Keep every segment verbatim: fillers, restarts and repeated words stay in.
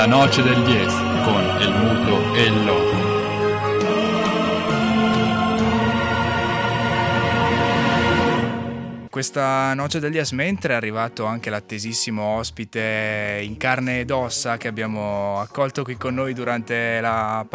La noche del diez con El Muto e il Loco. Questa Noce del Diez, mentre è arrivato anche l'attesissimo ospite in carne ed ossa che abbiamo accolto qui con noi durante la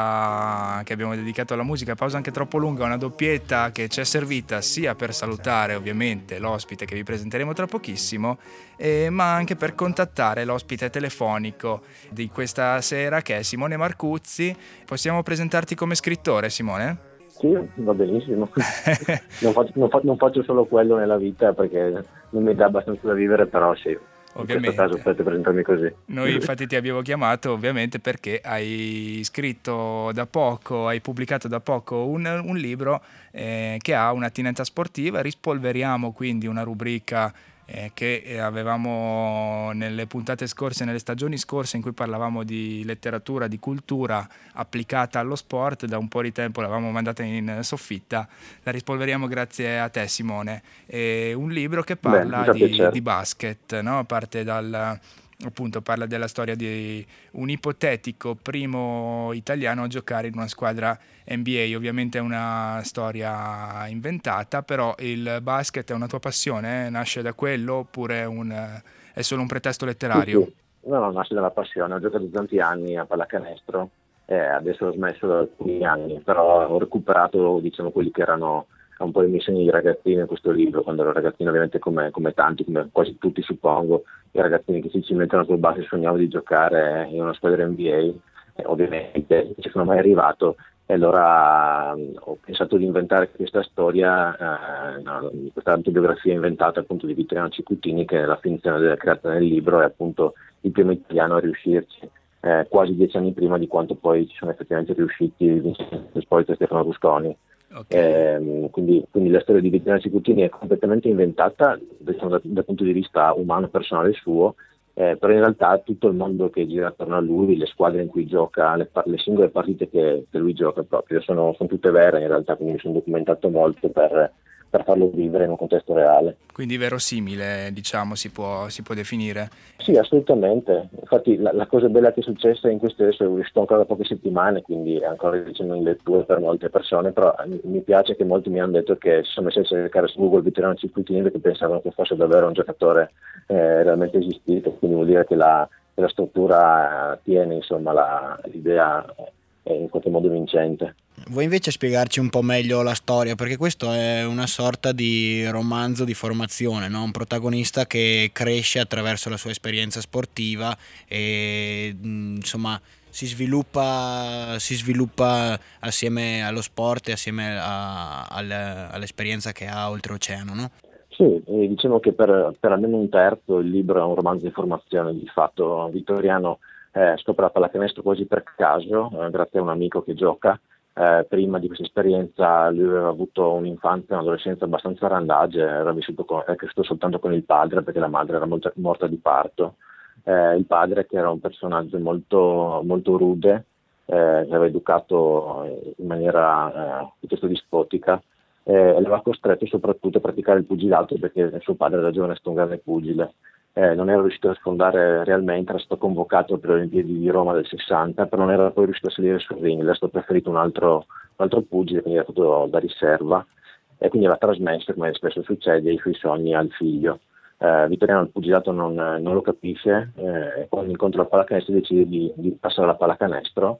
pausa che abbiamo dedicato alla musica, pausa anche troppo lunga, una doppietta che ci è servita sia per salutare ovviamente l'ospite che vi presenteremo tra pochissimo, eh, ma anche per contattare l'ospite telefonico di questa sera, che è Simone Marcuzzi. Possiamo presentarti come scrittore, Simone? Sì, va benissimo. non, faccio, non, faccio, non faccio solo quello nella vita perché non mi dà abbastanza da vivere, però sì, ovviamente. In questo caso potete presentarmi così. Noi infatti ti abbiamo chiamato ovviamente perché hai scritto da poco, hai pubblicato da poco un, un libro eh, che ha un'attinenza sportiva. Rispolveriamo quindi una rubrica eh, che avevamo nelle puntate scorse, nelle stagioni scorse, in cui parlavamo di letteratura, di cultura applicata allo sport. Da un po' di tempo l'avevamo mandata in soffitta, la rispolveriamo grazie a te, Simone. È un libro che parla Beh, di, di basket, no? Parte dal... appunto parla della storia di un ipotetico primo italiano a giocare in una squadra N B A. Ovviamente è una storia inventata, però il basket è una tua passione, eh? Nasce da quello oppure un, è solo un pretesto letterario? Sì, sì. No, no, nasce dalla passione. Ho giocato tanti anni a pallacanestro, eh, adesso ho smesso da alcuni anni, però ho recuperato, diciamo, quelli che erano un po' i miei sogni di ragazzino in questo libro. Quando ero ragazzino, ovviamente come, come tanti, come quasi tutti suppongo, i ragazzini che si ci mettono sul basket sognavo di giocare in una squadra N B A, eh, ovviamente non ci sono mai arrivato, e allora um, ho pensato di inventare questa storia, eh, no, questa autobiografia inventata appunto di Vittoriano Cicutini, che la finzione della creata nel libro è appunto il primo italiano a riuscirci, eh, quasi dieci anni prima di quanto poi ci sono effettivamente riusciti Vincenzo Spolito e Stefano Rusconi. Okay. Eh, quindi, quindi la storia di Vittoriano Cicutini è completamente inventata, diciamo, dal, dal punto di vista umano, personale suo, eh, però in realtà tutto il mondo che gira attorno a lui, le squadre in cui gioca, le, le singole partite che, che lui gioca proprio, sono, sono tutte vere in realtà, quindi mi sono documentato molto per, per farlo vivere in un contesto reale. Quindi verosimile, diciamo, si può, si può definire? Sì, assolutamente. Infatti la, la cosa bella che è successa in queste, adesso è uscito ancora da poche settimane, quindi è ancora, diciamo, in lettura per molte persone, però mi piace che molti mi hanno detto che si sono messi a cercare su Google Vittoriano Cicutini perché pensavano che fosse davvero un giocatore eh, realmente esistito, quindi vuol dire che la, che la struttura tiene, insomma, la, l'idea è in qualche modo vincente. Vuoi invece spiegarci un po' meglio la storia? Perché questo è una sorta di romanzo di formazione, no? Un protagonista che cresce attraverso la sua esperienza sportiva e insomma si sviluppa, si sviluppa assieme allo sport e assieme a, a, all'esperienza che ha oltreoceano, no? Sì, diciamo che per, per almeno un terzo il libro è un romanzo di formazione. Di fatto Vittoriano eh, scopre la pallacanestro quasi per caso, eh, grazie a un amico che gioca. Eh, prima di questa esperienza lui aveva avuto un'infanzia, un'adolescenza abbastanza randaggia, era vissuto con, è cresciuto soltanto con il padre perché la madre era molto, morta di parto. Eh, il padre, che era un personaggio molto, molto rude, eh, che aveva educato in maniera eh, piuttosto dispotica, eh, e l'aveva costretto soprattutto a praticare il pugilato perché suo padre era giovane, stato un grande pugile. Eh, non era riuscito a sfondare realmente, era stato convocato per le Olimpiadi di Roma del sessanta, però non era poi riuscito a salire sul ring, era stato preferito un altro, un altro pugile, quindi era stato da riserva, e quindi aveva trasmesso, come spesso succede, i suoi sogni al figlio. Eh, Vittoriano il pugilato non, non lo capisce, eh, quando incontra la pallacanestro decide di, di passare alla pallacanestro,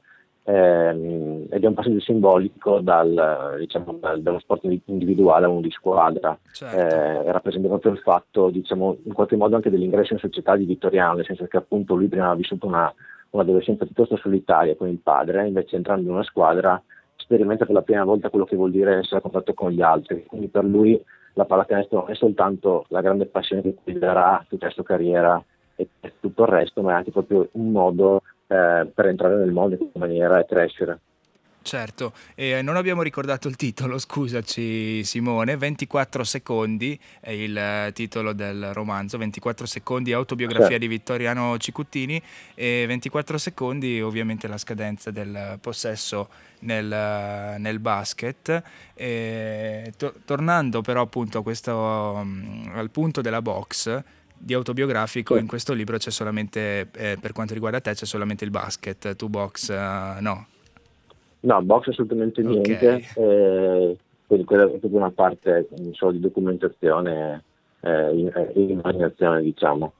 ehm, ed è un passaggio simbolico dal, diciamo, dal, dallo sport individuale a uno di squadra. Certo. Eh, rappresenta proprio il fatto, diciamo, in qualche modo anche dell'ingresso in società di Vittoriano, nel senso che appunto lui prima aveva vissuto una, un'adolescenza piuttosto solitaria con il padre, invece entrando in una squadra sperimenta per la prima volta quello che vuol dire essere a contatto con gli altri, quindi per lui la pallacanestro non è soltanto la grande passione che guiderà tutta la sua carriera e tutto il resto, ma è anche proprio un modo eh, per entrare nel mondo in questa maniera e crescere. Certo, e non abbiamo ricordato il titolo, scusaci Simone. Ventiquattro secondi è il titolo del romanzo, ventiquattro secondi, autobiografia Sì. di Vittoriano Cicutini, e ventiquattro secondi ovviamente la scadenza del possesso nel, nel basket. E to- tornando però appunto a questo, um, al punto della box, di autobiografico, Sì. in questo libro c'è solamente, eh, per quanto riguarda te, c'è solamente il basket, tu box uh, no. No, box assolutamente niente, Ok. eh, quindi quella è proprio una parte non so, di documentazione eh, in, in immaginazione, diciamo.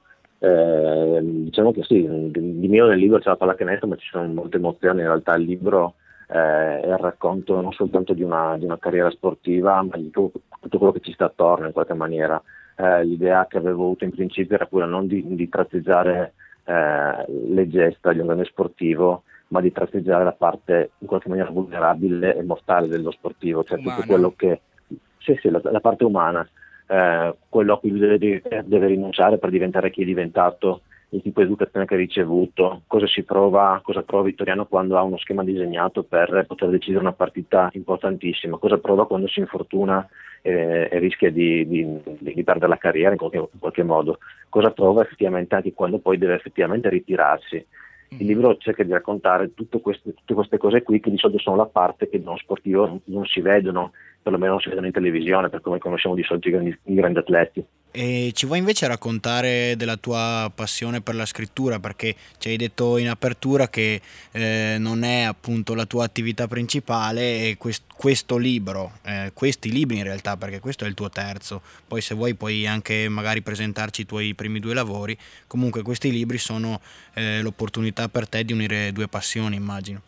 Eh, diciamo che sì, di, di mio nel libro c'è la pallacanestro, ma ci sono molte emozioni. In realtà il libro eh, è il racconto non soltanto di una, di una carriera sportiva, ma di tutto, tutto quello che ci sta attorno in qualche maniera. Eh, l'idea che avevo avuto in principio era quella non di, di tratteggiare eh, le gesta di un grande sportivo, ma di tratteggiare la parte in qualche maniera vulnerabile e mortale dello sportivo, cioè tutto Umana. quello che, sì, sì, la, la parte umana, eh, quello a cui lui deve, deve rinunciare per diventare chi è diventato, il tipo di educazione che ha ricevuto, cosa si prova, cosa prova Vittoriano quando ha uno schema disegnato per poter decidere una partita importantissima, cosa prova quando si infortuna e, e rischia di, di, di perdere la carriera in qualche, in qualche modo, cosa prova effettivamente anche quando poi deve effettivamente ritirarsi. Il libro cerca di raccontare tutte queste, tutte queste cose qui, che di solito sono la parte che da uno sportivo non, non si vedono, perlomeno non si vedono in televisione, per come conosciamo di solito i grandi, i grandi atleti. E ci vuoi invece raccontare della tua passione per la scrittura, perché ci hai detto in apertura che eh, non è appunto la tua attività principale, e quest- questo libro, eh, questi libri in realtà, perché questo è il tuo terzo, poi se vuoi puoi anche magari presentarci i tuoi primi due lavori, comunque questi libri sono eh, l'opportunità per te di unire due passioni, immagino.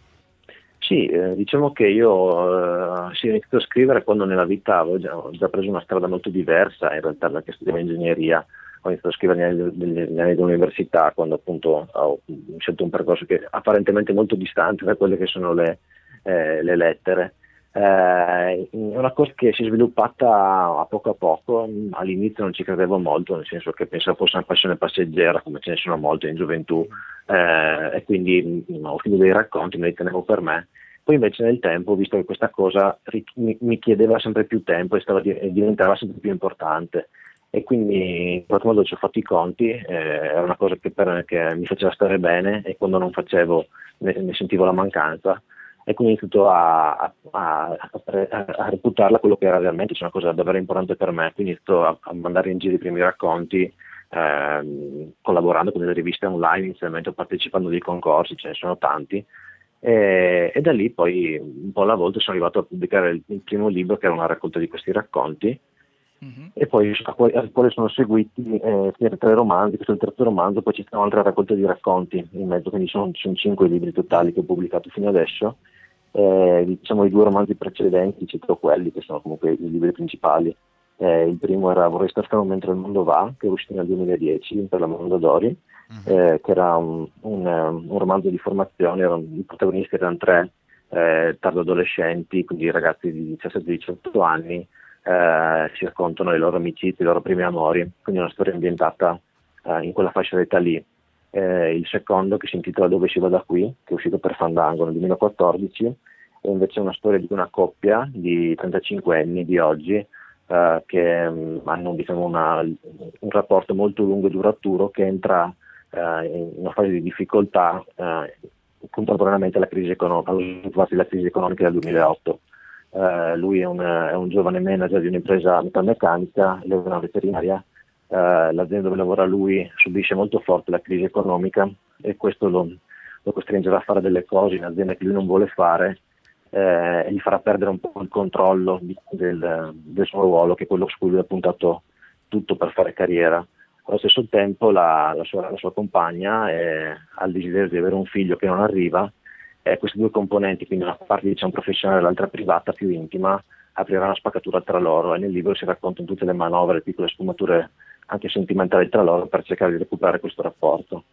Sì, eh, diciamo che io eh, sì, ho iniziato a scrivere quando nella vita avevo già, ho già preso una strada molto diversa, in realtà perché studiavo ingegneria, ho iniziato a scrivere negli, negli anni dell'università, quando appunto ho scelto un percorso che è apparentemente molto distante da quelle che sono le, eh, le lettere. Eh, è una cosa che si è sviluppata a poco a poco, all'inizio non ci credevo molto, nel senso che pensavo fosse una passione passeggera, come ce ne sono molte in gioventù, eh, e quindi mh, ho finito dei racconti, me li tenevo per me. Poi invece nel tempo ho visto che questa cosa ri- mi, mi chiedeva sempre più tempo e, stava, di- e diventava sempre più importante. E quindi in qualche modo ci ho fatto i conti, eh, era una cosa che, per, che mi faceva stare bene, e quando non facevo ne, ne sentivo la mancanza, e quindi ho iniziato a, a, a, a, a reputarla quello che era realmente, cioè una cosa davvero importante per me. Quindi ho iniziato a, a mandare in giro i primi racconti, ehm, collaborando con delle riviste online, inizialmente partecipando a dei concorsi, ce ne sono tanti, e, e da lì poi un po' alla volta sono arrivato a pubblicare il, il primo libro, che era una raccolta di questi racconti, Mm-hmm. e poi a quale, a quale sono seguiti eh, tre romanzi. Questo è il terzo romanzo, poi ci sono altre raccolte di racconti in mezzo, quindi sono, sono cinque libri totali che ho pubblicato fino adesso. Eh, diciamo i due romanzi precedenti, cito quelli che sono comunque i libri principali. Eh, il primo era Vorrei star fermo mentre il mondo va, che è uscito nel duemiladieci per la Mondadori, eh, che era un, un, un romanzo di formazione. Erano, i protagonisti erano tre eh, tardo adolescenti, quindi ragazzi di diciassette diciotto anni. Eh, si raccontano le loro amicizie, i loro primi amori, quindi una storia ambientata eh, in quella fascia d'età lì. Eh, il secondo, che si intitola Dove si va da qui, che è uscito per Fandango nel duemilaquattordici, è invece una storia di una coppia di trentacinque anni di oggi, eh, che mh, hanno diciamo, una, un rapporto molto lungo e duraturo, che entra eh, in una fase di difficoltà eh, contemporaneamente alla crisi, econo- allo svilupparsi della crisi economica del duemilaotto. Uh, lui è un, è un giovane manager di un'impresa metalmeccanica, lei è una veterinaria. Uh, l'azienda dove lavora lui subisce molto forte la crisi economica, e questo lo, lo costringerà a fare delle cose in azienda che lui non vuole fare, eh, e gli farà perdere un po' il controllo di, del, del suo ruolo, che è quello su cui lui ha puntato tutto per fare carriera. Allo stesso tempo la, la, sua, la sua compagna è, ha il desiderio di avere un figlio che non arriva. Eh, queste due componenti, quindi una parte diciamo professionale e l'altra privata più intima, aprirà una spaccatura tra loro, e nel libro si raccontano tutte le manovre, le piccole sfumature anche sentimentali tra loro, per cercare di recuperare questo rapporto.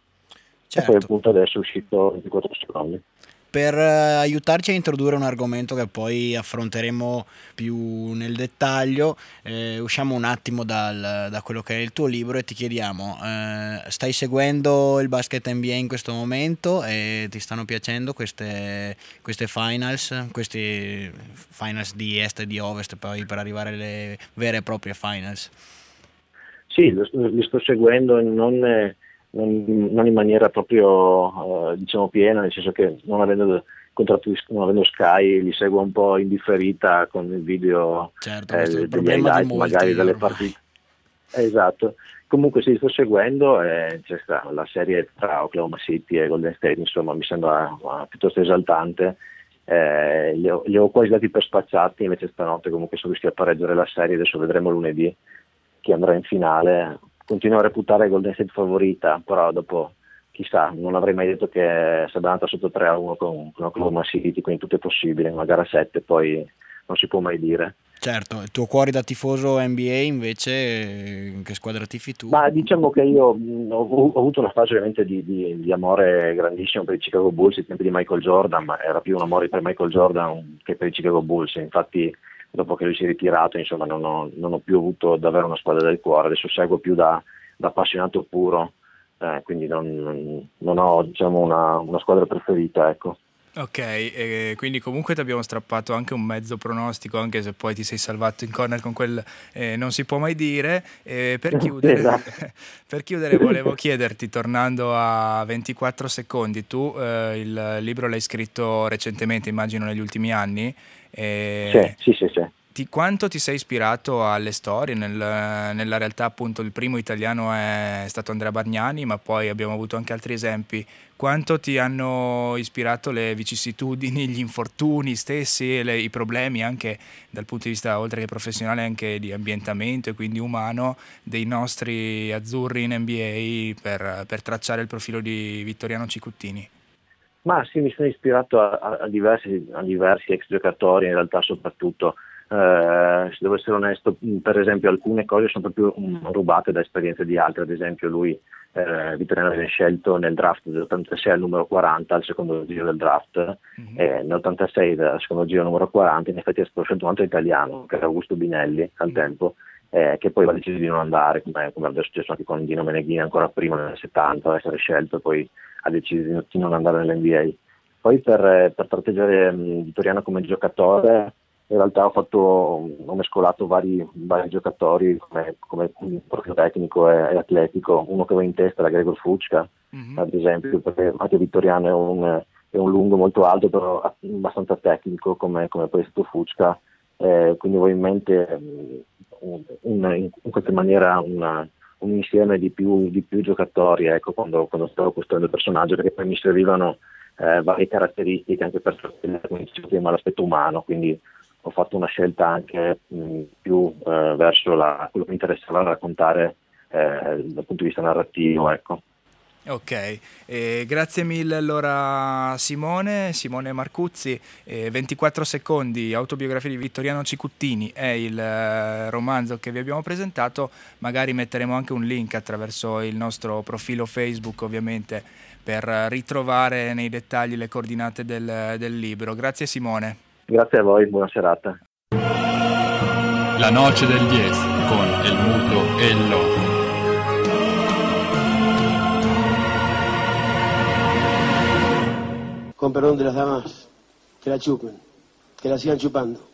E poi Certo. appunto adesso è uscito ventiquattro secondi. Per eh, aiutarci a introdurre un argomento che poi affronteremo più nel dettaglio, eh, usciamo un attimo dal, da quello che è il tuo libro e ti chiediamo, eh, stai seguendo il basket N B A in questo momento e ti stanno piacendo queste, queste finals, questi finals di est e di ovest, poi per arrivare alle vere e proprie finals? Sì, lo- li sto seguendo, non, eh, non- non in maniera proprio eh, diciamo piena, nel senso che non avendo contratto di- non avendo Sky, li seguo un po' in differita con il video Certo, questo è eh, il degli problema di highlight magari molti delle ormai. partite. Esatto. Comunque sì, sto seguendo, eh, c'è sta la serie tra Oklahoma City e Golden State, insomma mi sembra uh, piuttosto esaltante. Eh, li, ho, li ho quasi dati per spacciati, invece stanotte comunque sono riusciti a pareggiare la serie, adesso vedremo lunedì chi andrà in finale. Continuo a reputare Golden State favorita, però dopo chissà, non avrei mai detto che sarebbe andata sotto tre a uno con, con Oklahoma City, quindi tutto è possibile, una gara a sette poi non si può mai dire. Certo, il tuo cuore da tifoso N B A invece, che squadra tifi tu? Ma diciamo che io mh, ho, ho avuto una fase ovviamente di, di, di amore grandissimo per i Chicago Bulls ai tempi di Michael Jordan, ma era più un amore per Michael Jordan che per i Chicago Bulls. Infatti dopo che lui si è ritirato, insomma, non ho, non ho più avuto davvero una squadra del cuore, adesso seguo più da, da appassionato puro, eh, quindi non, non ho, diciamo, una, una squadra preferita, ecco. Ok, e quindi comunque ti abbiamo strappato anche un mezzo pronostico, anche se poi ti sei salvato in corner con quel eh, non si può mai dire. E per chiudere, Esatto. per chiudere volevo chiederti, tornando a ventiquattro secondi, tu eh, il libro l'hai scritto recentemente, immagino negli ultimi anni. E Sì, sì, sì, sì. ti, quanto ti sei ispirato alle storie? Nel, nella realtà appunto il primo italiano è stato Andrea Bargnani, ma poi abbiamo avuto anche altri esempi. Quanto ti hanno ispirato le vicissitudini, gli infortuni stessi, le, i problemi anche dal punto di vista oltre che professionale anche di ambientamento e quindi umano dei nostri azzurri in N B A per, per tracciare il profilo di Vittoriano Cicuttini? Ma sì, mi sono ispirato a, a, a, diversi, a diversi ex giocatori, in realtà soprattutto. Eh, se devo essere onesto, per esempio alcune cose sono proprio um, rubate da esperienze di altri, ad esempio lui, eh, Vittoriano, viene scelto nel draft dell'ottantasei al numero quaranta, al secondo giro del draft, mm-hmm. e nell'ottantasei al secondo giro numero quaranta in effetti è stato scelto un altro italiano, che era Augusto Binelli al mm-hmm. tempo, eh, che poi va deciso di non andare, come, come è successo anche con Dino Meneghini ancora prima nel settanta, a essere scelto e poi ha deciso di non andare nell'N B A. Poi per, per tratteggiare um, Vittoriano come giocatore, in realtà ho fatto, ho mescolato vari, vari giocatori come, come profilo tecnico e, e atletico. Uno che va in testa era Gregor Fucca, mm-hmm. ad esempio, perché anche Vittoriano è un, è un lungo molto alto, però abbastanza tecnico come, come poi è stato Fucca, eh, quindi avevo in mente un, un, in qualche maniera una, un insieme di più, di più giocatori, ecco, quando, quando stavo costruendo il personaggio, perché poi mi servivano eh, varie caratteristiche anche per prima l'aspetto umano, quindi ho fatto una scelta anche mh, più eh, verso la, quello che mi interessava raccontare eh, dal punto di vista narrativo, ecco. Ok, eh, grazie mille allora Simone, Simone Marcuzzi, eh, ventiquattro secondi, autobiografia di Vittoriano Cicuttini è il eh, romanzo che vi abbiamo presentato, magari metteremo anche un link attraverso il nostro profilo Facebook ovviamente per ritrovare nei dettagli le coordinate del, del libro. Grazie Simone. Grazie a voi, buona serata. La noce del diez con El Muto e il Loco. Con perdón de las damas, que la chupen, que la sigan chupando.